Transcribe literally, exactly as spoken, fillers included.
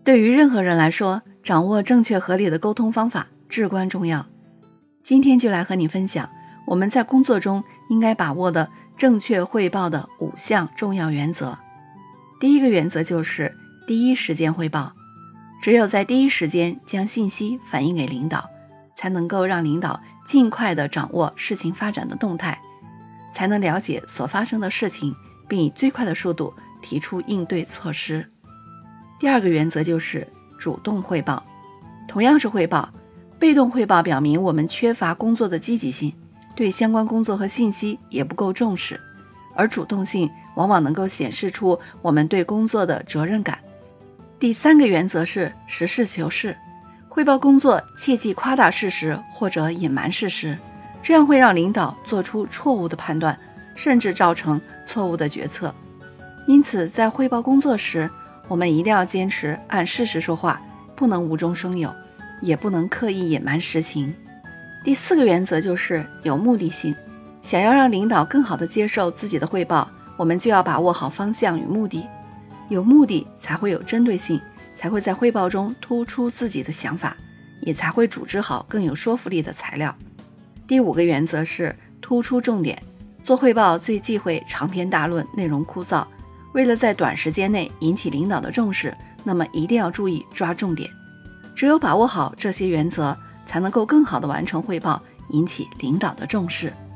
对于任何人来说，掌握正确合理的沟通方法至关重要。今天就来和你分享我们在工作中应该把握的正确汇报的五项重要原则。第一个原则就是第一时间汇报，只有在第一时间将信息反映给领导，才能够让领导尽快地掌握事情发展的动态，才能了解所发生的事情，并以最快的速度提出应对措施。第二个原则就是主动汇报，同样是汇报，被动汇报表明我们缺乏工作的积极性，对相关工作和信息也不够重视，而主动性往往能够显示出我们对工作的责任感。第三个原则是实事求是，汇报工作切忌夸大事实或者隐瞒事实，这样会让领导做出错误的判断，甚至造成错误的决策。因此在汇报工作时，我们一定要坚持按事实说话，不能无中生有，也不能刻意隐瞒实情。第四个原则就是有目的性，想要让领导更好地接受自己的汇报，我们就要把握好方向与目的。有目的才会有针对性，才会在汇报中突出自己的想法，也才会组织好更有说服力的材料。第五个原则是突出重点，做汇报最忌讳长篇大论，内容枯燥。为了在短时间内引起领导的重视，那么一定要注意抓重点。只有把握好这些原则，才能够更好地完成汇报，引起领导的重视。